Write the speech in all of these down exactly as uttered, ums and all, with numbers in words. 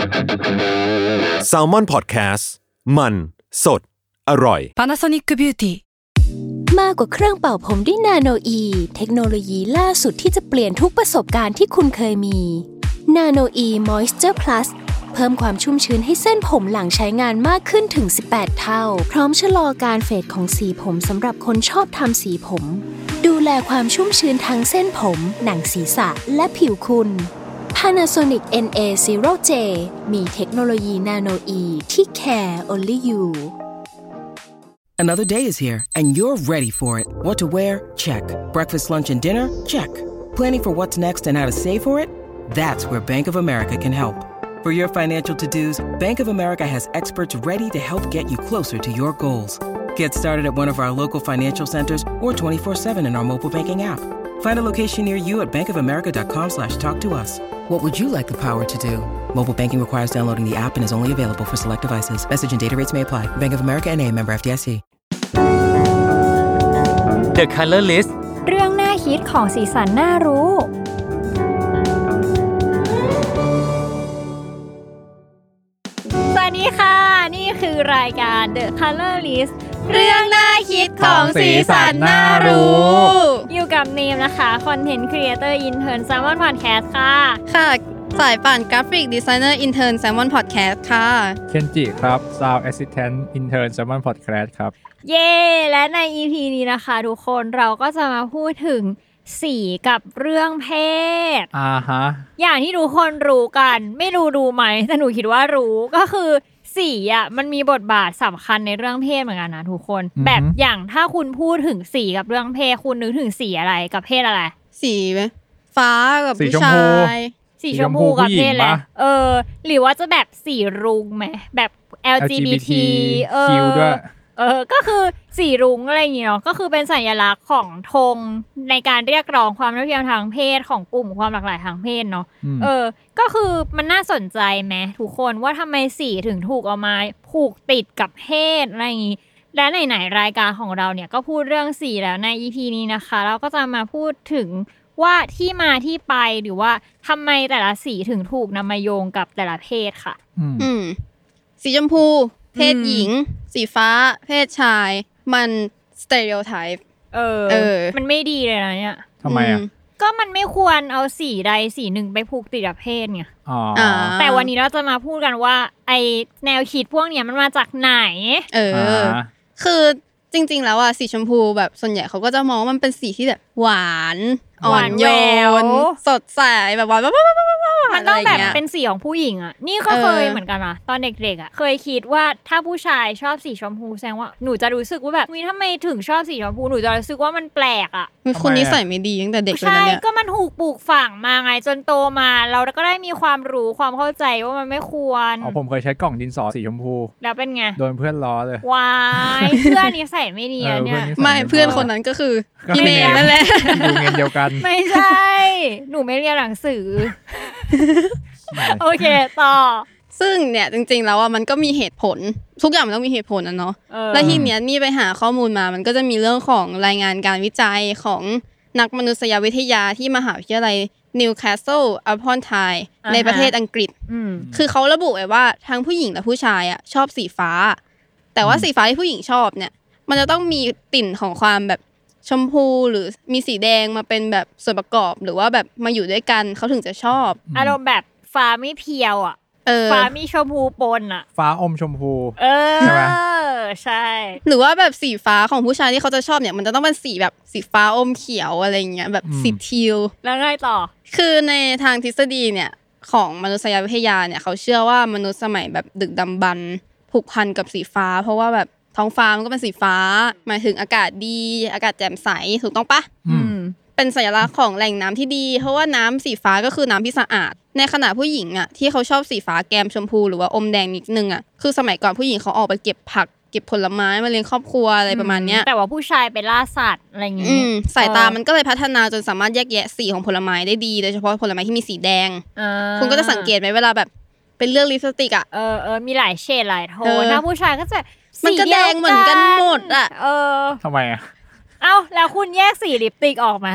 Salmon Podcast มันสดอร่อย Panasonic Beauty มากกว่าเครื่องเป่าผมด้วยนาโนอีเทคโนโลยีล่าสุดที่จะเปลี่ยนทุกประสบการณ์ที่คุณเคยมีนาโนอีมอยส์เจอร์พลัสเพิ่มความชุ่มชื้นให้เส้นผมหลังใช้งานมากขึ้นถึงสิบแปดเท่าพร้อมชะลอการเฟดของสีผมสำหรับคนชอบทำสีผมดูแลความชุ่มชื้นทั้งเส้นผมหนังศีรษะและผิวคุณ Panasonic เอ็น เอ ศูนย์ เจ มีเทคโนโลยีนาโนอีที่ care only you Another day is here, and you're ready for it. What to wear? Check. Breakfast, lunch, and dinner? Check. Planning for what's next and how to save for it? That's where Bank of America can help. For your financial to-dos, Bank of America has experts ready to help get you closer to your goals. Get started at one of our local financial centers or twenty-four seven in our mobile banking app. Find a location near you at bankofamerica.com slash talk to us. What would you like the power to do? Mobile banking requires downloading the app and is only available for select devices. Message and data rates may apply. Bank of America N A, member เอฟ ดี เอส ซี The Color List เรื่องน่าฮิตของสีสันน่ารู้สวัสดีค่ะนี่คือรายการ The Color List เรื่องน่าฮิตของสีสันน่ารู้อยู่กับเนมนะคะคอนเทนต์ครีเอเตอร์อินเทิร์น Salmon Podcast ค่ะค่ะสายป่านกราฟิกดีไซเนอร์อินเทิร์น Salmon Podcast ค่ะเคนจิครับ Sound Assistant Intern Salmon Podcast ครับเย้และใน อี พี นี้นะคะทุกคนเราก็จะมาพูดถึงสีกับเรื่องเพศอ่าฮะอย่างที่ทุกคนรู้กันไม่รู้รู้ไหมแต่หนูคิดว่ารู้ก็คือสีอ่ะมันมีบทบาทสำคัญในเรื่องเพศเหมือนกันนะทุกคนแบบอย่างถ้าคุณพูดถึงสีกับเรื่องเพศคุณนึกถึงสีอะไรกับเพศอะไรสีฟ้ากับผู้ชายสีชมพูกับเพศแหละเออหรือว่าจะแบบสีรุ้งไหมแบบ แอล จี บี ที เออเออก็คือสีรุ้งอะไรอย่างเงี้ยเนาะก็คือเป็นสัญลักษณ์ของธงในการเรียกร้องความเท่าเทียมทางเพศของกลุ่มความหลากหลายทางเพศเนาะเออก็คือมันน่าสนใจไหมทุกคนว่าทำไมสีถึงถูกเอามาผูกติดกับเพศอะไรอย่างงี้และไหนๆรายการของเราเนี่ยก็พูดเรื่องสีแล้วใน อี พี นี้นะคะเราก็จะมาพูดถึงว่าที่มาที่ไปหรือว่าทำไมแต่ละสีถึงถูกนำมาโยงกับแต่ละเพศค่ะอืมสีชมพูเพศหญิงสีฟ้าเพศชายมันสเตอริโอไทป์เออเออมันไม่ดีเลยนะเนี่ยทำไมอ่ะก็มันไม่ควรเอาสีใดสีหนึ่งไปผูกติดกับเพศไงอ๋อแต่วันนี้เราจะมาพูดกันว่าไอแนวคิดพวกเนี้ยมันมาจากไหนเออคือจริงๆแล้วอ่ะสีชมพูแบบส่วนใหญ่เขาก็จะมองว่ามันเป็นสีที่แบบหวานอ่อนโยนสดใสแบบว่ามันต้องแบบเป็นสีของผู้หญิงอ่ะนี่ก็เคยเหมือนกันนะตอนเด็กๆอ่ะเคยคิดว่าถ้าผู้ชายชอบสีชมพูแสดงว่าหนูจะรู้สึกว่าแบบวิทำไมถึงชอบสีชมพูหนูจะรู้สึกว่ามันแปลกอ่ะคุณนิสัยไม่ดีตั้งแต่เด็กเลยนะเนี่ยใช่ก็มันถูกปลูกฝังมาไงจนโตมาเราก็ได้มีความรู้ความเข้าใจว่ามันไม่ควรอ๋อผมเคยใช้กล่องดินสอสีชมพูแล้วเป็นไงโดนเพื่อนล้อเลยว้ายเพื่อนนิสัยไม่ดีเนี่ยไม่เพื่อนคนนั้นก็คืออีเมลนั่นแหละดูเงินเดียวกันไม่ใช่หนูไม่เรียนหนังสือโอเคต่อซึ่งเนี่ยจริงๆแล้วอ่ะมันก็มีเหตุผลทุกอย่างมันต้องมีเหตุผลนะเนาะแล้วทีเนี้ยนี่ไปหาข้อมูลมามันก็จะมีเรื่องของรายงานการวิจัยของนักมนุษยวิทยาที่มหาวิทยาลัย Newcastle upon Tyne ในประเทศอังกฤษคือเขาระบุไว้ว่าทั้งผู้หญิงและผู้ชายอ่ะชอบสีฟ้าแต่ว่าสีฟ้าที่ผู้หญิงชอบเนี่ยมันจะต้องมีติ่นของความแบบชมพูหรือมีสีแดงมาเป็นแบบส่วนประกอบหรือว่าแบบมาอยู่ด้วยกันเขาถึงจะชอบอารมณ์แบบฟ้าไม่เพียวอ่ะฟ้ามีชมพูปนอ่ะฟ้าอมชมพูเออใช่ไหมใช่หรือว่าแบบสีฟ้าของผู้ชายที่เขาจะชอบเนี่ยมันจะต้องเป็นสีแบบสีฟ้าอมเขียวอะไรเงี้ยแบบสีทีลแล้วไงต่อคือในทางทฤษฎีเนี่ยของมนุษยวิทยาเนี่ยเขาเชื่อว่ามนุษย์สมัยแบบดึกดำบรรพ์ผูกพันกับสีฟ้าเพราะว่าแบบท้องฟ้ามันก็เป็นสีฟ้าหมายถึงอากาศดีอากาศแจ่มใสถูกต้องปะอืมเป็นสัญลักษณ์ของแหล่งน้ำที่ดีเพราะว่าน้ำสีฟ้าก็คือน้ำที่สะอาดในขณะผู้หญิงอ่ะที่เขาชอบสีฟ้าแกมชมพูหรือว่าอมแดงนิดนึงอ่ะคือสมัยก่อนผู้หญิงเขาออกไปเก็บผักเก็บผลไม้มาเลี้ยงครอบครัวอะไรประมาณเนี้ยแต่ว่าผู้ชายไปล่าสัตว์อะไรอย่างงี้สายตามันก็เลยพัฒนาจนสามารถแยกแยะสีของผลไม้ได้ดีโดยเฉพาะผลไม้ที่มีสีแดงคุณก็จะสังเกตไหมเวลาแบบเป็นเรื่องลิปสติกอ่ะเออเออมีหลายเฉดหลายโทนถ้าผู้ชายก็จะมันก็แดงเหมือนกันหมดอ่ะเออทำไมอ่ะเอ้าแล้วคุณแยกสีลิปสติกออกมา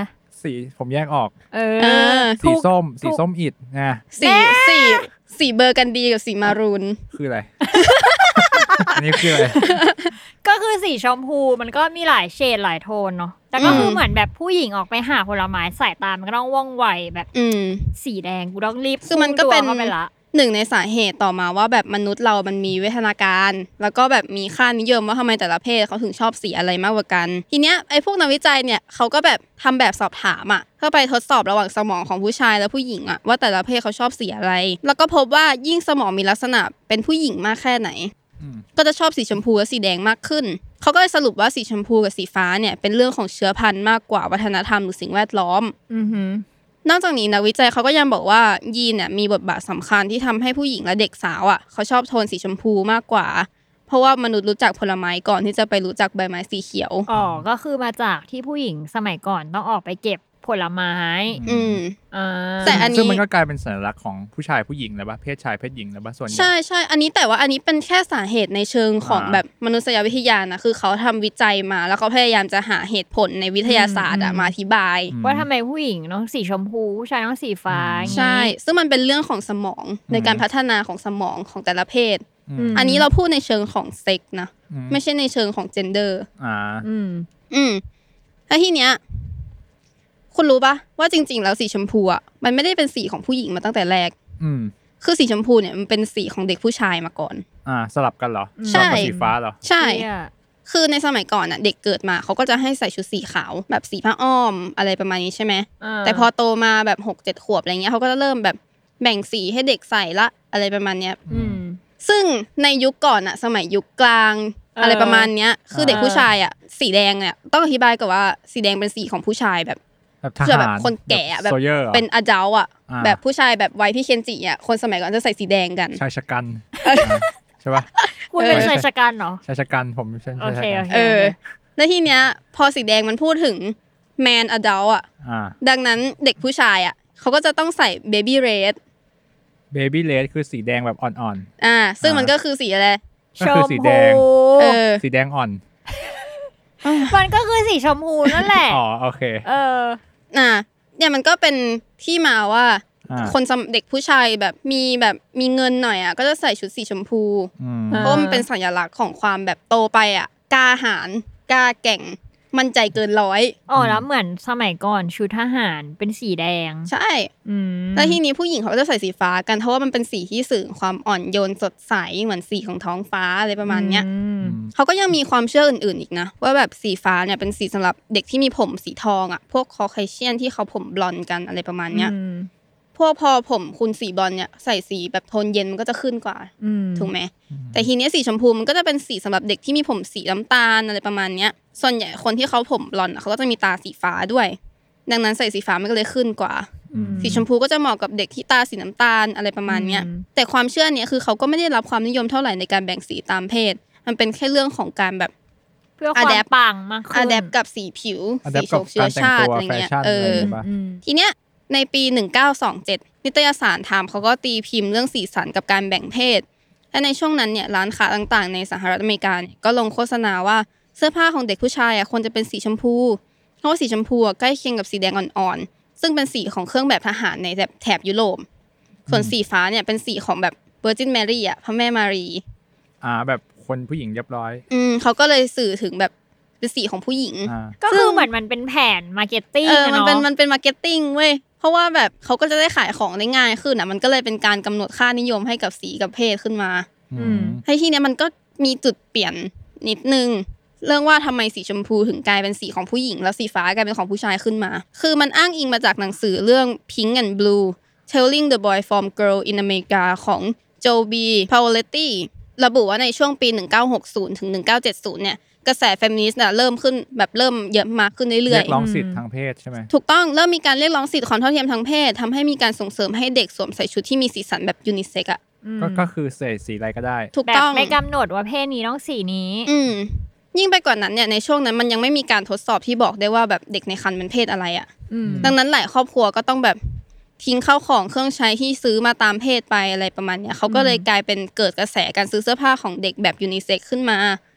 สีผมแยกออกเออสีส้มสีส้มอิฐนะสีสีสีเบอร์กันดีกับสีมารูนคืออะไร อันนี้คืออะไรก็คือสีชมพูมันก็มีหลายเฉดหลายโทนเนาะแต่ก็คือเหมือนแบบผู้หญิงออกไปหาผลไม้สายตามันก็ต้องว่องไวแบบสีแดงกูต้องรีบคือมันก็เป็นหนึ่งในสาเหตุต่อมาว่าแบบมนุษย์เรามันมีวิวัฒนาการแล้วก็แบบมีค่านิยมว่าทำไมแต่ละเพศเขาถึงชอบสีอะไรมากกว่ากันทีเนี้ยไอ้พวกนักวิจัยเนี่ยเขาก็แบบทำแบบสอบถามอ่ะเพื่อไปทดสอบระหว่างสมองของผู้ชายและผู้หญิงอ่ะว่าแต่ละเพศเขาชอบสีอะไรแล้วก็พบว่ายิ่งสมองมีลักษณะเป็นผู้หญิงมากแค่ไหนก็จะชอบสีชมพูและสีแดงมากขึ้นเขาก็เลยสรุปว่าสีชมพูกับสีฟ้าเนี่ยเป็นเรื่องของเชื้อพันธุ์มากกว่าวัฒนธรรมหรือสิ่งแวดล้อมนอกจากนี้นักวิจัยเขาก็ยังบอกว่ายีนเนี่ยมีบทบาทสำคัญที่ทำให้ผู้หญิงและเด็กสาวอ่ะเขาชอบโทนสีชมพูมากกว่าเพราะว่ามนุษย์รู้จักผลไม้ก่อนที่จะไปรู้จักใบไม้สีเขียวอ๋อก็คือมาจากที่ผู้หญิงสมัยก่อนต้องออกไปเก็บผลไม้อืมอ่าแต่อันนี้ซึ่งมันก็กลายเป็นสัญลักษณ์ของผู้ชายผู้หญิงแล้วป่ะเพศชายเพศหญิงแล้วป่ะส่วนใหญ่ใช่ๆอันนี้แต่ว่าอันนี้เป็นแค่สาเหตุในเชิงของแบบมนุษยวิทยานะคือเขาทำวิจัยมาแล้วเขาพยายามจะหาเหตุผลในวิทยาศาสตร์มาอธิบายว่าทำไมผู้หญิงต้องสีชมพูผู้ชายต้องสีฟ้าใช่ซึ่งมันเป็นเรื่องของสมองในการพัฒนาของสมองของแต่ละเพศอันนี้เราพูดในเชิงของเซ็กนะไม่ใช่ในเชิงของเจนเดอร์อ่าอืมอืมแล้วทีเนี้ยคุณรู้ปะว่าจริงๆแล้วสีชมพูอ่ะมันไม่ได้เป็นสีของผู้หญิงมาตั้งแต่แรกอืมคือสีชมพูเนี่ยมันเป็นสีของเด็กผู้ชายมาก่อนอ่าสลับกันเหรอใช่สีฟ้าเหรอใช่คือในสมัยก่อนอ่ะเด็กเกิดมาเขาก็จะให้ใส่ชุดสีขาวแบบสีผ้าอ้อมอะไรประมาณนี้ใช่ไหมแต่พอโตมาแบบ หกเจ็ด ขวบอะไรเงี้ยเขาก็จะเริ่มแบบแบ่งสีให้เด็กใส่ละอะไรประมาณเนี้ยซึ่งในยุคก่อนอ่ะสมัยยุคกลางอะไรประมาณเนี้ยคือเด็กผู้ชายอ่ะสีแดงเนี่ยต้องอธิบายก่อนว่าสีแดงเป็นสีของผู้ชายแบบแบบคนแก่แบบเป็นอดัลต์อ่ะแบบผู้ชายแบบวัยพี่เคนจิอ่ะคนสมัยก่อนจะใส่สีแดงกันชายชะกันใช่ป่ะคุณเป็นชายชะกันเหรอชายชะกันผมใช่โอเคเออแล้วทีเนี้ยพอสีแดงมันพูดถึงแมนอดัลต์อ่ะดังนั้นเด็กผู้ชายอ่ะเขาก็จะต้องใส่เบบี้เรดเบบี้เรดคือสีแดงแบบอ่อนๆอ่าซึ่งมันก็คือสีอะไรก็คือสีแดงเออสีแดงอ่อนมันก็คือสีชมพูนั่นแหละอ๋อโอเคเอออ่ะเนี่ยมันก็เป็นที่มาว่าคนเด็กผู้ชายแบบมีแบบมีเงินหน่อยอ่ะก็จะใส่ชุดสีชมพูเพราะมันเป็นสัญลักษณ์ของความแบบโตไปอ่ะกล้าหาญกล้าแกร่งมั่นใจเกินร้อยอ๋อแล้วเหมือนสมัยก่อนชุดทหารเป็นสีแดงใช่แล้วทีนี้ผู้หญิงเขาจะใส่สีฟ้ากันเพราะว่ามันเป็นสีที่สื่อความอ่อนโยนสดใสเหมือนสีของท้องฟ้าอะไรประมาณเนี้ยเขาก็ยังมีความเชื่ออื่นๆอีกนะว่าแบบสีฟ้าเนี่ยเป็นสีสำหรับเด็กที่มีผมสีทองอ่ะพวกคอเคเชียนที่เขาผมบลอนด์กันอะไรประมาณเนี้ยพวกพอผมคุณสีบลอนด์เนี่ยใส่สีแบบโทนเย็นมันก็จะขึ้นกว่าถูกไหมแต่ทีนี้สีชมพูมันก็จะเป็นสีสำหรับเด็กที่มีผมสีน้ำตาลอะไรประมาณเนี้ยส่วนใหญ่คนที่เขาผมบลอนด์เขาก็จะมีตาสีฟ้าด้วยดังนั้นใส่สีฟ้ามันก็เลยขึ้นกว่าสีชมพูก็จะเหมาะกับเด็กที่ตาสีน้ำตาลอะไรประมาณเนี้ยแต่ความเชื่อเนี้ยคือเขาก็ไม่ได้รับความนิยมเท่าไหร่ในการแบ่งสีตามเพศมันเป็นแค่เรื่องของการแบบเพื่อความปังมากขึ้นอะแดปกับสีผิวสีเชื้อชาติอะไรเงี้ยเออทีเนี้ยในปีหนึ่งเก้าสองเจ็ดนิตยสารไทม์เขาก็ตีพิมพ์เรื่องสีสันกับการแบ่งเพศและในช่วงนั้นเนี่ยร้านค้าต่างๆในสหรัฐอเมริกาเนี่ยก็ลงโฆษณาว่าเสื้อผ้าของเด็กผู้ชายอ่ะควรจะเป็นสีชมพูเพราะว่าสีชมพูใกล้เคียงกับสีแดงอ่อนๆซึ่งเป็นสีของเครื่องแบบทหารในแบบแถบยุโรปส่วนสีฟ้าเนี่ยเป็นสีของแบบ Virgin Mary อ่ะพระแม่มารีอ่าแบบคนผู้หญิงเรียบร้อยอืมเขาก็เลยสื่อถึงแบบเป็นสีของผู้หญิงก็คือเหมือนมันเป็นแผนมาร์เก็ตติ้งเออมันเป็นมันเป็นมาร์เก็ตติ้งเว้ยเพราะว่าแบบเขาก็จะได้ขายของได้ง่ายขึ้นอ่ะมันก็เลยเป็นการกำหนดค่านิยมให้กับสีกับเพศขึ้นมาให้ที่เนี้ยมันก็มีจุดเปลี่ยนนิดนึงเรื่องว่าทำไมสีชมพูถึงกลายเป็นสีของผู้หญิงแล้วสีฟ้ากลายเป็นของผู้ชายขึ้นมาคือมันอ้างอิงมาจากหนังสือเรื่อง Pink and Blue Telling the Boy from Girl in America ของ Joby Pauletti ระบุว่าในช่วงปีหนึ่งเก้าหกศูนย์ถึงหนึ่งเก้าเจ็ดศูนย์เนี่ยกระแสเฟมินิสต์น่ะเริ่มขึ้นแบบเริ่มเยอะมากขึ้นเรื่อยๆเรียกร้องสิทธิทางเพศใช่ไหมถูกต้องเริ่มมีการเรียกร้องสิทธิความเท่าเทียมทางเพศทำให้มีการส่งเสริมให้เด็กสวมใส่ชุดที่มีสีสันแบบยูนิเซ็กอ่ะก็คือใส่สีอะไรก็ได้ถูกต้องไม่กำหนดว่าเพศนี้ต้องสีนี้อืมยิ่งไปกว่านั้นเนี่ยในช่วงนั้นมันยังไม่มีการทดสอบที่บอกได้ว่าแบบเด็กในครรภ์เป็นเพศอะไรอ่ะดังนั้นหลายครอบครัวก็ต้องแบบทิ้งข้าวของเครื่องใช้ที่ซื้อมาตามเพศไปอะไรประมาณเนี้ยเขาก็เลยกลายเป็นเกิดกระแสการซื้อเสื้อผ้าของเด็กแบบยูนิเซ็กขึ้นมา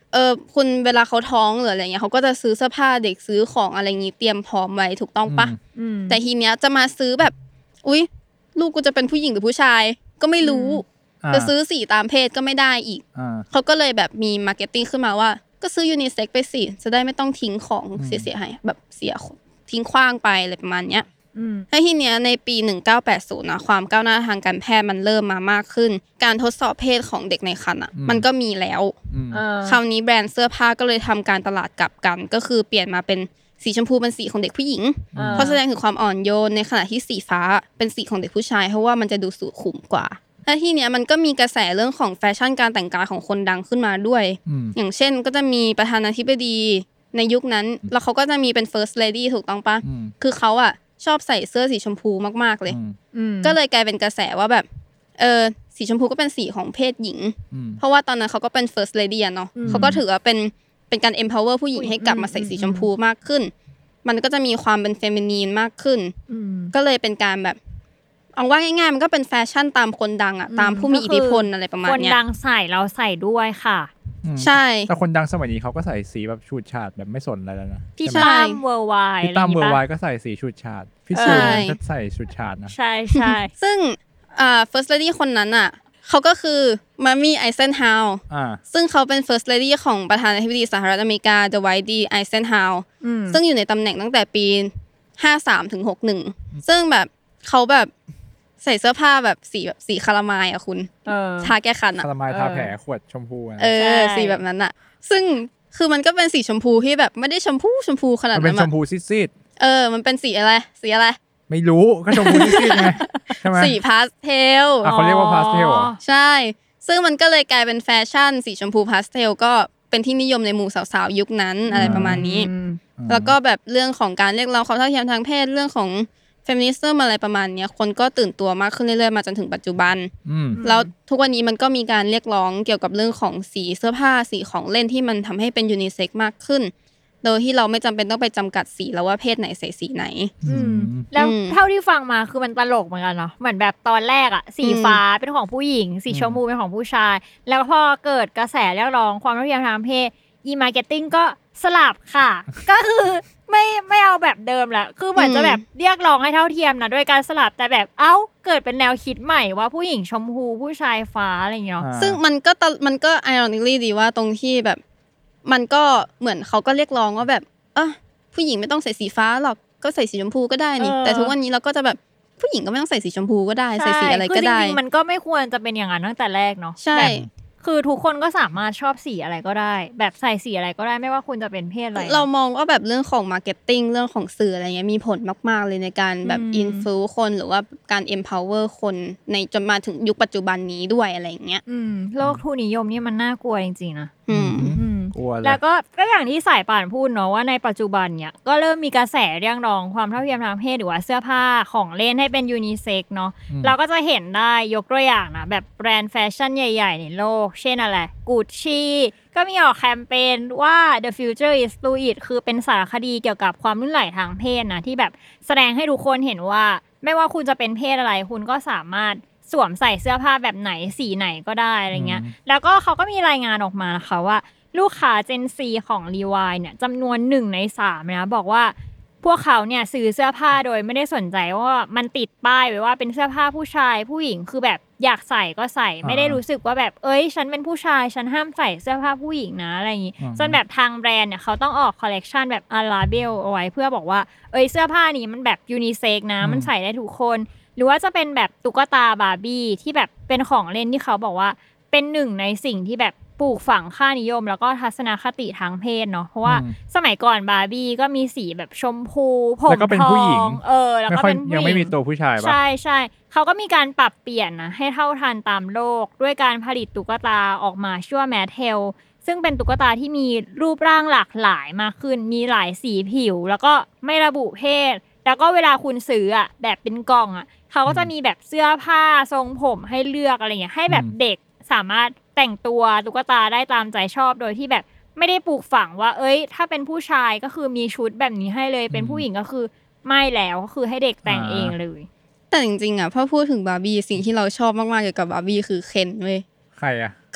เออคุณเวลาเขาท้องหรืออะไรเงี้ยเขาก็จะซื้อเสื้อผ้าเด็กซื้อของอะไรงี้เตรียมพร้อมไว้ถูกต้องปะแต่ทีเนี้ยจะมาซื้อแบบอุ๊ยลูกกูจะเป็นผู้หญิงหรือผู้ชายก็ไม่รู้จะซื้อสีตามเพศก็ไม่ได้อีกเขาก็เลยแบบมีมาร์เก็ตติ้งขึ้นมาว่าก็ซื้อยูนิเซ็กไปสิจะได้ไม่ต้องทิ้งของเสียๆให้แบบเสียทิ้งขว้างไปอะไรประมาณเนี้ยแล้วทีเนี้ยในปีหนึ่งเก้าแปดศูนย์นะความก้าวหน้าทางการแพทย์มันเริ่มมามากขึ้นการทดสอบเพศของเด็กในครรภ์อ่ะมันก็มีแล้วคราวนี้แบรนด์เสื้อผ้าก็เลยทำการตลาดกลับกันก็คือเปลี่ยนมาเป็นสีชมพูเป็นสีของเด็กผู้หญิงเพราะแสดงถึงความอ่อนโยนในขณะที่สีฟ้าเป็นสีของเด็กผู้ชายเพราะว่ามันจะดูสุขุมกว่าและที่เนี้ยมันก็มีกระแสเรื่องของแฟชั่นการแต่งกายของคนดังขึ้นมาด้วยอย่างเช่นก็จะมีประธานาธิบดีในยุคนั้นแล้วเขาก็จะมีเป็น first lady ถูกต้องปะคือเขาอ่ะชอบใส่เสื้อสีชมพูมากๆเลยก็เลยกลายเป็นกระแสว่าแบบเออสีชมพูก็เป็นสีของเพศหญิงเพราะว่าตอนนั้นเขาก็เป็น first lady อ่ะเนาะเขาก็ถือว่าเป็นเป็นการ empower ผู้หญิงให้กลับมาใส่สีชมพูมากขึ้นมันก็จะมีความเป็นเฟมินีนมากขึ้นก็เลยเป็นการแบบเอาว่าง่ายๆมันก็เป็นแฟชั่นตามคนดังอ่ะตามผู้มีอิทธิพลอะไรประมาณเนี้ยคนดังใส่เราใส่ด้วยค่ะใช่แต่คนดังสมัยนี้เขาก็ใส่สีแบบฉูดฉาดแบบไม่สนอะไรแล้วนะพี่ตั้มเวอร์ไวด์พี่ตั้มเวอร์ไวด์ก็ใส่สีฉูดฉาดพี่ซูนก็ใส่ฉูดฉาดนะใช่ใช่ซึ่งอ่า first lady คนนั้นอ่ะเขาก็คือมามี่ไอเซนฮาวส์ซึ่งเขาเป็น first lady ของประธานาธิบดีสหรัฐอเมริกาเดวิดดีไอเซนฮาวส์ซึ่งอยู่ในตำแหน่งตั้งแต่ปีห้าสามถึงหกสิบเอ็ดซึ่งแบบเขาแบบใส่เสื้อผ้าแบบสีแบบสีคาราไมล์อ่ะคุณทาแก้คันอ่ะคาราไมล์ทาแผลขวดชมพูเออสีแบบนั้นอ่ะซึ่งคือมันก็เป็นสีชมพูที่แบบไม่ได้ชมพูชมพูขนาดนั้นมันเป็นชมพูซีดๆเออมันเป็นสีอะไรสีอะไรไม่รู้ก็ชมพูซีดๆไงใช่มั้ยสีพาสเทลอ่ะเขาเรียกว่าพาสเทลเหรอใช่ซึ่งมันก็เลยกลายเป็นแฟชั่นสีชมพูพาสเทลก็เป็นที่นิยมในหมู่สาวๆยุคนั้นอะไรประมาณนี้แล้วก็แบบเรื่องของการเรียกร้องความเท่าเทียมทางเพศเรื่องของเฟมินิสต์อะไรประมาณนี้คนก็ตื่นตัวมากขึ้นเรื่อยๆมาจนถึงปัจจุบันแล้วทุกวันนี้มันก็มีการเรียกร้องเกี่ยวกับเรื่องของสีเสื้อผ้าสีของเล่นที่มันทำให้เป็นยูนิเซ็กซ์มากขึ้นโดยที่เราไม่จำเป็นต้องไปจำกัดสีแล้วว่าเพศไหนใส่สีไหนแล้วเท่าที่ฟังมาคือมันตลกเหมือนกันเนาะเหมือนแบบตอนแรกอะสีฟ้าเป็นของผู้หญิงสีชมพูเป็นของผู้ชายแล้วพอเกิดกระแสเรียกร้องความเท่าเทียมทางเพศอีมาร์เก็ตติ้งก็สลับค่ะก็คือไม่ไม่เอาแบบเดิมละคือเหมือนจะแบบเรียกร้องให้เท่าเทียมนะด้วยการสลับแต่แบบเอ้าเกิดเป็นแนวคิดใหม่ว่าผู้หญิงชมพูผู้ชายฟ้าอะไรอย่างเงี้ยซึ่งมันก็มันก็ ironically ดีว่าตรงที่แบบมันก็เหมือนเขาก็เรียกร้องว่าแบบเออผู้หญิงไม่ต้องใส่สีฟ้าหรอกก็ใส่สีชมพูก็ได้นี่แต่ทุกวันนี้เราก็จะแบบผู้หญิงก็ไม่ต้องใส่สีชมพูก็ได้ใส่สีอะไรก็ได้คือจริงๆมันก็ไม่ควรจะเป็นอย่างนั้นตั้งแต่แรกเนาะใช่คือทุกคนก็สามารถชอบสีอะไรก็ได้แบบใส่สีอะไรก็ได้ไม่ว่าคุณจะเป็นเพศอะไรเรามองว่าแบบเรื่องของมาร์เก็ตติ้งเรื่องของสื่ออะไรเงี้ยมีผลมากๆเลยในการแบบอินฟลูคนหรือว่าการ empower คนในจนมาถึงยุคปัจจุบันนี้ด้วยอะไรอย่างเงี้ยโลกทุนนิยมนี่มันน่ากลัวจริงๆนะแล้วก็ก็อย่างที่สายป่านพูดเนาะว่าในปัจจุบันเนี่ยก็เริ่มมีกระแสเรียกร้องความเท่าเทียมทางเพศหรือว่าเสื้อผ้าของเล่นให้เป็นยูนิเซ็กซ์เนาะเราก็จะเห็นได้ยกตัวอย่างนะแบบแบรนด์แฟชั่นใหญ่ๆในโลกเช่นอะไรกูชชี่ก็มีออกแคมเปญว่า The Future is Fluid คือเป็นสารคดีเกี่ยวกับความลื่นไหลทางเพศนะที่แบบแสดงให้ทุกคนเห็นว่าไม่ว่าคุณจะเป็นเพศอะไรคุณก็สามารถสวมใส่เสื้อผ้าแบบไหนสีไหนก็ได้อะไรเงี้ยแล้วก็เขาก็มีรายงานออกมานะคะว่าลูกค้า Gen Z ของ Levi เนี่ยจำนวนหนึ่งในสามนะบอกว่าพวกเขาเนี่ยซื้อเสื้อผ้าโดยไม่ได้สนใจว่ามันติดป้ายไว้ว่าเป็นเสื้อผ้าผู้ชายผู้หญิงคือแบบอยากใส่ก็ใส่ไม่ได้รู้สึกว่าแบบเอ้ยฉันเป็นผู้ชายฉันห้ามใส่เสื้อผ้าผู้หญิงนะอะไรอย่างงี้จนแบบทางแบรนด์เนี่ยเขาต้องออกคอลเลกชันแบบอาราเบลเอาไว้เพื่อบอกว่าเอ้ยเสื้อผ้านี้มันแบบยูนิเซ็กนะมันใส่ได้ทุกคนหรือว่าจะเป็นแบบตุ๊กตาบาร์บี้ที่แบบเป็นของเล่นที่เขาบอกว่าเป็นหนึ่งในสิ่งที่แบบปลูกฝังค่านิยมแล้วก็ทัศนคติทางเพศเนาะเพราะว่าสมัยก่อนบาร์บี้ก็มีสีแบบชมพูผมแล้วก็เป็นผู้หญิงเออแล้วก็เป็นยังไม่มีตัวผู้ชายป่ะใช่ๆเขาก็มีการปรับเปลี่ยนนะให้เท่าทันตามโลกด้วยการผลิตตุ๊กตาออกมาชื่อว่าแมทเทลซึ่งเป็นตุ๊กตาที่มีรูปร่างหลากหลายมากขึ้นมีหลายสีผิวแล้วก็ไม่ระบุเพศแล้วก็เวลาคุณซื้ออ่ะแบบเป็นกล่องอ่ะเขาก็จะมีแบบเสื้อผ้าทรงผมให้เลือกอะไรเงี้ยให้แบบเด็กสามารถแต่งตัวตุ๊กตาได้ตามใจชอบโดยที่แบบไม่ได้ปลูกฝังว่าเอ้ยถ้าเป็นผู้ชายก็คือมีชุดแบบนี้ให้เลยเป็นผู้หญิงก็คือไม่แล้วก็คือให้เด็กแต่งเองเลยแต่จริงๆอ่ะพอพูดถึงบาร์บี้สิ่งที่เราชอบมากๆเกี่ยวกับบาร์บี้คือเคนเว้ยใครอ่ะ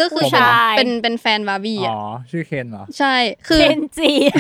ก็คือผู้ชายเป็นเป็นแฟนบาร์บี้อ๋อ่ะอชื่อเคนเหรอใช่คือเคนจิ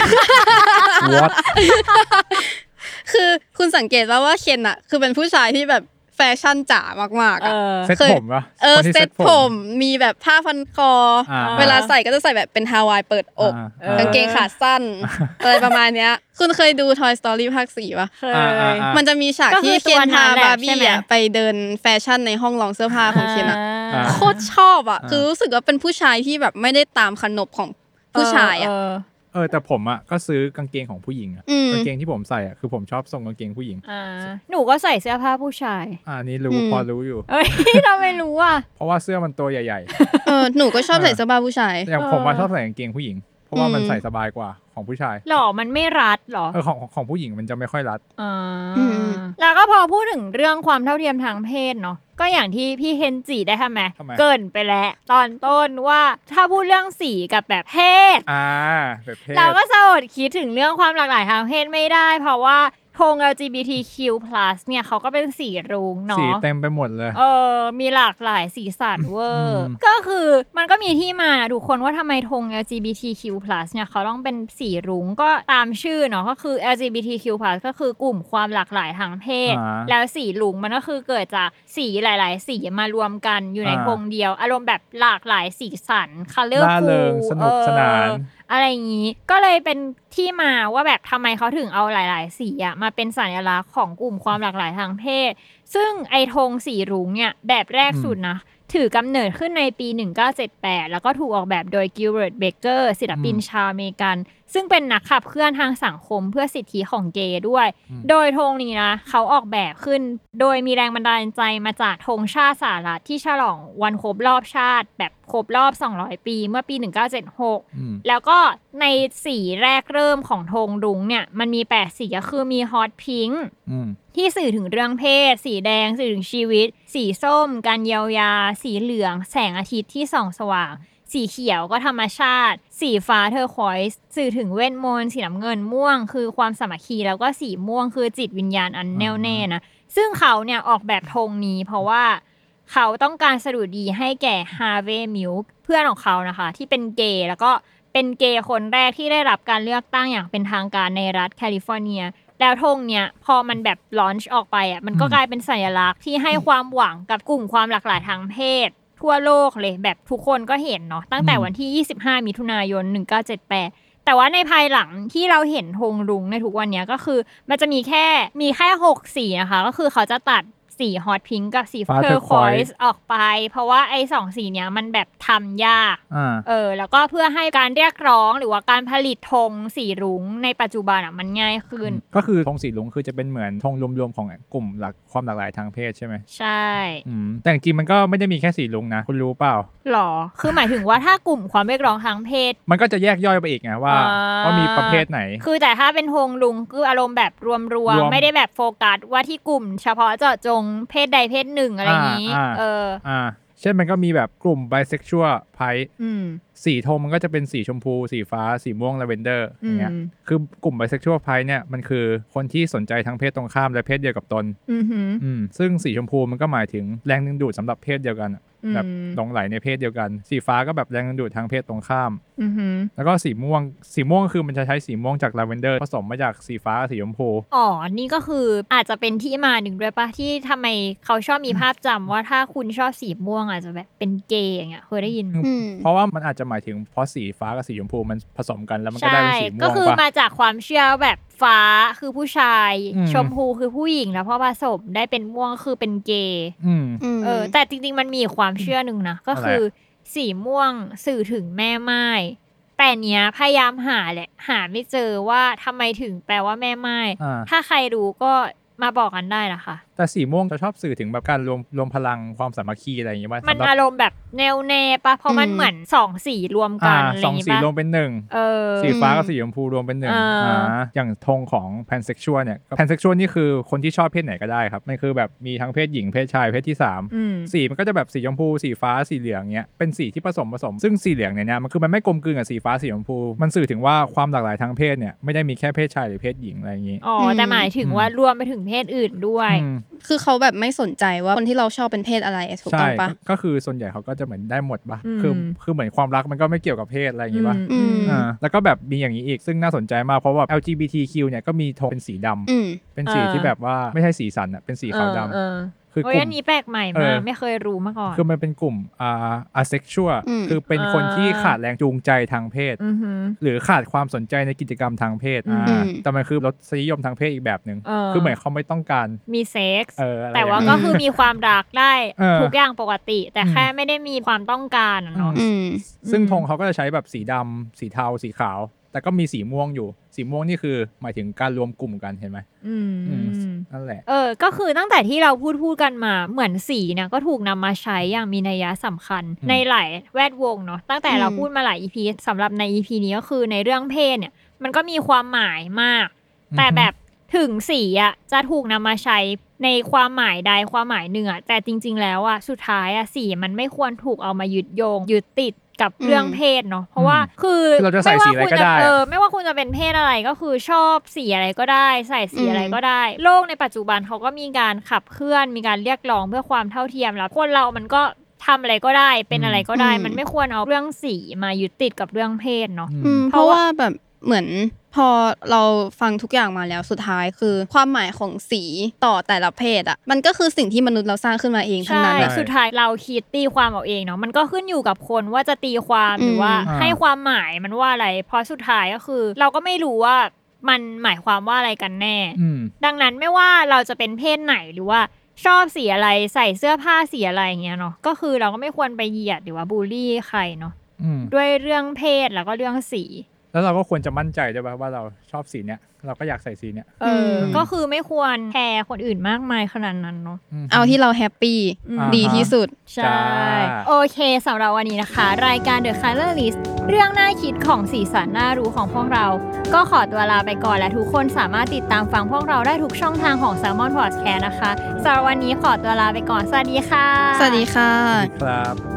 What คือคุณสังเกตว่าว่าเคนอ่ะคือเป็นผู้ชายที่แบบแฟชั่นจ๋ามากๆเออ่ะอเซ็ตผมปะเออคนที่เซ็ตผมมีแบบผ้าพันคออา เวลาใส่ก็จะใส่แบบเป็นฮาวายเปิดอกอ่าเออกางเกงขาสั้นอะไรประมาณเนี้ยคุณเคยดู Toy Story ภาคสี่ป่ะเคยอ่าอ่าอ่ามันจะมีฉากก็คือที่เคนพาตัวนั้นแหละบาร์บี้ใช่ไหมอ่ะไปเดินแฟชั่นในห้องลองเสื้อผ้าของเคนอ่ะอ่าโคตรชอบอ่ะคือรู้สึกว่าเป็นผู้ชายที่แบบไม่ได้ตามขนบของผู้ชายอ่ะเออเออแต่ผมอ่ะก็ซื้อกางเกงของผู้หญิงอ่ะอืมกางเกงที่ผมใส่อ่ะคือผมชอบทรงกางเกงผู้หญิงอ่าหนูก็ใส่เสื้อผ้าผู้ชายอ่านี่รู้อืมพอรู้อยู่เอ้ย ทำไมรู้อ่ะเพราะว่าเสื้อมันตัวใหญ่เออหนูก็ชอบใส่เสื้อผ้าผู้ชายๆอย่างผมว่าชอบใส่กางเกงผู้หญิง เพราะว่ามันอืมใส่สบายกว่าของผู้ชายหรอมันไม่รัดหรอเออของของของผู้หญิงมันจะไม่ค่อยรัดอ่าอืมแล้วก็พอพูดถึงเรื่องความเท่าเทียมทางเพศเนาะก็อย่างที่พี่เคนจิได้ทำไหมทำไมเกรินไปแล้วตอนต้นว่าถ้าพูดเรื่องสีกับแบบเพศอ่าแบบเพศเราก็สะอดคิดถึงเรื่องความหลากหลายทางเพศไม่ได้ เพราะว่าธง แอล จี บี ที คิว พลัส เนี่ยเขาก็เป็นสีรุ้งเนาะสีเต็มไปหมดเลยเออมีหลากหลายสีสันเวอร์อืมก็คือมันก็มีที่มาทุกคนว่าทำไมธง แอล จี บี ที คิว พลัส เนี่ยเขาต้องเป็นสีรุ้งก็ตามชื่อเนาะก็คือ แอล จี บี ที คิว พลัส ก็คือกลุ่มความหลากหลายทางเพศอ่าแล้วสีรุ้งมันก็คือเกิดจากสีหลายๆ สีมารวมกันอยู่ในอ่าธงเดียว อารมณ์แบบหลากหลายสีสันร่า colorful เริงสนุกสนานเอออะไรอย่างนี้ก็เลยเป็นที่มาว่าแบบทำไมเขาถึงเอาหลาย ๆ สีอะมาเป็นสัญลักษณ์ของกลุ่มความหลากหลายทางเพศ ซึ่งไอธงสีรุ้งเนี่ยแบบแรกสุดนะถือกำเนิดขึ้นในปี หนึ่งเก้าเจ็ดแปด แล้วก็ถูกออกแบบโดยกิลเบิร์ต เบเกอร์ศิลปินอืมชาวอเมริกัน ซึ่งเป็นนักขับเคลื่อนทางสังคมเพื่อสิทธิของเกย์ด้วยอืมโดยธงนี้นะเขาออกแบบขึ้น โดยมีแรงบันดาลใจมาจากธงชาติสหรัฐที่ฉลองวันครบรอบชาติ แบบครบรอบ สองร้อย ปีเมื่อปี หนึ่งเก้าเจ็ดหกอืมแล้วก็ในสีแรกเริ่มของธงรุ้งเนี่ยมันมีแปดสีก็คือมีฮอตพิงค์อืมที่สื่อถึงเรื่องเพศ สีแดงสื่อถึงชีวิต สีส้มการเยียวยา สีเหลืองแสงอาทิตย์ที่ส่องสว่าง สีเขียวก็ธรรมชาติ สีฟ้าเทอร์ควอยซ์สื่อถึงเวทมนต์สีน้ำเงินม่วงคือความสามัคคีแล้วก็สีม่วงคือจิตวิญญาณอันแน่วแน่นะซึ่งเขาเนี่ยออกแบบธงนี้เพราะว่าเขาต้องการสดุดีให้แก่ฮาร์เวย์มิลค์เพื่อนของเขานะคะที่เป็นเกย์แล้วก็เป็นเกย์คนแรกที่ได้รับการเลือกตั้งอย่างเป็นทางการในรัฐแคลิฟอร์เนียแล้วธงเนี่ยพอมันแบบลอนช์ออกไปอ่ะมันก็อืมกลายเป็นสัญลักษณ์ที่ให้ความหวังกับกลุ่มความหลากหลายทางเพศทั่วโลกเลยแบบทุกคนก็เห็นเนาะตั้งแต่วันที่ยี่สิบห้ามิถุนายนหนึ่งเก้าเจ็ดแปดแต่ว่าในภายหลังที่เราเห็นธงรุ้งในทุกวันเนี้ยก็คือมันจะมีแค่มีแค่หกสีนะคะก็คือเขาจะตัดสีฮอตพิงค์กับสีฟ้าเทอร์ควอย turquoise ซ์ออกไป เพราะว่าไอ้สองสีเนี้ยมันแบบทำยากอ่าเออแล้วก็เพื่อให้การเรียกร้องหรือว่าการผลิตธงสีรุ้งในปัจจุบันอ่ะมันง่ายขึ้นก็คือธงสีรุ้งคือจะเป็นเหมือนธงรวมๆของกลุ่มหลักความหลากหลายทางเพศใช่ไหมใช่อืมแต่จริงๆมันก็ไม่ได้มีแค่สีรุ้งนะคุณรู้เปล่าหรอคือหมายถึงว่าถ้ากลุ่มความเรียกร้องทางเพศมันก็จะแยกย่อยไปอีกไงว่าอ่าว่ามีประเภทไหนคือแต่ถ้าเป็นธงรุ้งคืออารมณ์แบบรวมรวมๆไม่ได้แบบโฟกัสว่าที่กลุ่มเฉพาะเจาะจงเพศใดเพศหนึ่งอะไรอย่างนี้อ่าอ่าเอออ่าเช่นมันก็มีแบบกลุ่ม bisexual ไพอืมสีธงมันก็จะเป็นสีชมพู สีฟ้า สีม่วงลาเวนเดอร์อย่างเงี้ยอืมคือกลุ่ม bisexual ไพเนี่ยมันคือคนที่สนใจทั้งเพศตรงข้ามและเพศเดียวกับตนอือหืออืมซึ่งสีชมพูมันก็หมายถึงแรงดึงดูดสำหรับเพศเดียวกันอะอืมแบบหลงไหลในเพศเดียวกัน สีฟ้าก็แบบแรงดึงดูดทางเพศตรงข้ามอือหือแล้วก็สีม่วงสีม่วงคือมันจะใช้สีม่วงจากลาเวนเดอร์ผสมมาจากสีฟ้ากับสีชมพูอ๋อ นี่ก็คืออาจจะเป็นที่มาหนึ่งด้วยปะที่ทำไมเขาชอบมีภาพจำว่าถ้าคุณชอบสีม่วงอาจจะแบบเป็นเกย์อย่างเงี้ยเคยได้ยินอืมเพราะว่ามันอาจจะหมายถึงเพราะสีฟ้ากับสีชมพูมันผสมกันแล้วมันก็ได้ใช่เป็นสีม่ก็วงคือปะมาจากความเชื่อแบบฟ้าคือผู้ชายอืมชมพูคือผู้หญิงแล้วพอผสมได้เป็นม่วงคือเป็นเกย์อืมเออแต่จริงๆมันมีความเชื่อหนึ่งนะก็คือสีม่วงสื่อถึงแม่ไม้แต่เนี้ยพยายามหาแหละหาไม่เจอว่าทำไมถึงแปลว่าแม่ไม้อ่าถ้าใครรู้ก็มาบอกกันได้นะคะแต่สีม่วงจะชอบสื่อถึงแบบการรวมรวมพลังความสามัคคีอะไรอย่างเงี้ยว่ามันสำหรับอารมณ์แบบแนวแน่ปะเพราะมันอืมเหมือนสองสีรวมกัอ่านอะไรอสอย่างงี้สีปะรวมเป็นหนึ่งเออสีฟ้ากับสีชมพูรวมเป็นหนึ่งอ่าอ่าอย่างธงของ pansexual เนี่ย pansexual นี่คือคนที่ชอบเพศไหนก็ได้ครับมันคือแบบมีทั้งเพศหญิงเพศชายเพศที่สามอืมสีมันก็จะแบบสีชมพูสีฟ้าสีเหลืองเงี้ยเป็นสีที่ผสมผสมซึ่งสีเหลืองเนี่ยมันคือมันไม่กลมกลืนกับสีฟ้าสีชมพูมันสื่อถึงว่าความหลากหลายทางเพศเนี่ยไม่ได้มีแค่เพศชายหรือเพศหญิงอะไรอย่างงี้อ๋ออืมแต่หมายถึงว่ารวมไปถึงเพศอื่นด้วยอืมคือเขาแบบไม่สนใจว่าคนที่เราชอบเป็นเพศอะไรถูกต้องปะก็คือส่วนใหญ่เขาก็จะเหมือนได้หมดปะคือคือเหมือนความรักมันก็ไม่เกี่ยวกับเพศอะไรอย่างงี้ปะอ่าแล้วก็แบบมีอย่างนี้อีกซึ่งน่าสนใจมากเพราะว่า แอล จี บี ที คิว เนี่ยก็มีโทนเป็นสีดำเป็นสีที่แบบว่าไม่ใช่สีสันอ่ะเป็นสีขาวดำคือกลุ่มอันนี้แปลกใหม่มากไม่เคยรู้มาก่อนคือมันเป็นกลุ่มอ่า asexual คือเป็นคนที่ขาดแรงจูงใจทางเพศหรือขาดความสนใจในกิจกรรมทางเพศอ่าแต่มันคือรสนิยมทางเพศอีกแบบนึงคือเหมือนเขาไม่ต้องการมีเซ็กส์แต่ว่าก็คือมีความรักได้ทุกอย่างปกติแต่แค่ไม่ได้มีความต้องการเนาะซึ่งธงเขาก็จะใช้แบบสีดำสีเทาสีขาวแต่ก็มีสีม่วงอยู่สีม่วงนี่คือหมายถึงการรวมกลุ่มกันเห็นไหมอืมนั่นแหละเออก็คือตั้งแต่ที่เราพูดพูดกันมาเหมือนสีเนี่ยก็ถูกนำมาใช้อย่างมีนัยสำคัญในหลายแวดวงเนาะตั้งแต่เราพูดมาหลาย อี พี สำหรับใน อี พี นี้ก็คือในเรื่องเพศเนี่ยมันก็มีความหมายมากแต่แบบถึงสีอ่ะจะถูกนำมาใช้ในความหมายใดความหมายหนึ่งอ่ะแต่จริงๆแล้วอ่ะสุดท้ายอ่ะสีมันไม่ควรถูกเอามายึดโยงยึดติดกับเรื่องเพศเนาะเพราะว่าคือเราจะใส่สีอะไรก็ได้เออไม่ว่าคุณจะเป็นเพศอะไรก็คือชอบสีอะไรก็ได้ใส่สีอะไรก็ได้โลกในปัจจุบันเขาก็มีการขับเคลื่อนมีการเรียกร้องเพื่อความเท่าเทียมแล้วคนเรามันก็ทำอะไรก็ได้เป็นอะไรก็ได้มันไม่ควรเอาเรื่องสีมายึดติดกับเรื่องเพศเนาะเพราะว่าแบบเหมือนพอเราฟังทุกอย่างมาแล้วสุดท้ายคือความหมายของสีต่อแต่ละเพศอ่ะมันก็คือสิ่งที่มนุษย์เราสร้างขึ้นมาเองทั้งนั้นใช่สุดท้ายเราคิดตีความเอาเองเนาะมันก็ขึ้นอยู่กับคนว่าจะตีความหรือว่าให้ความหมายมันว่าอะไรเพราะสุดท้ายก็คือเราก็ไม่รู้ว่ามันหมายความว่าอะไรกันแน่ดังนั้นไม่ว่าเราจะเป็นเพศไหนหรือว่าชอบสีอะไรใส่เสื้อผ้าสีอะไรอย่างเงี้ยเนาะก็คือเราก็ไม่ควรไปเหยียดหรือว่าบูลลี่ใครเนาะด้วยเรื่องเพศแล้วก็เรื่องสีแล้วเราก็ควรจะมั่นใจด้วยว่าเราชอบสีเนี้ยเราก็อยากใส่สีเนี้ยเออก็คือไม่ควรแคร์คนอื่นมากมายขนาดนั้นเนาะเอาที่เราแฮปปี้ดีที่สุดใช่โอเคสำหรับวันนี้นะคะรายการ The Color List เรื่องน่าคิดของสีสันน่ารู้ของพวกเราก็ขอตัวลาไปก่อนและทุกคนสามารถติดตามฟังพวกเราได้ทุกช่องทางของ Salmon Podcast นะคะสำหรับวันนี้ขอตัวลาไปก่อนสวัสดีค่ะสวัสดีค่ะครับ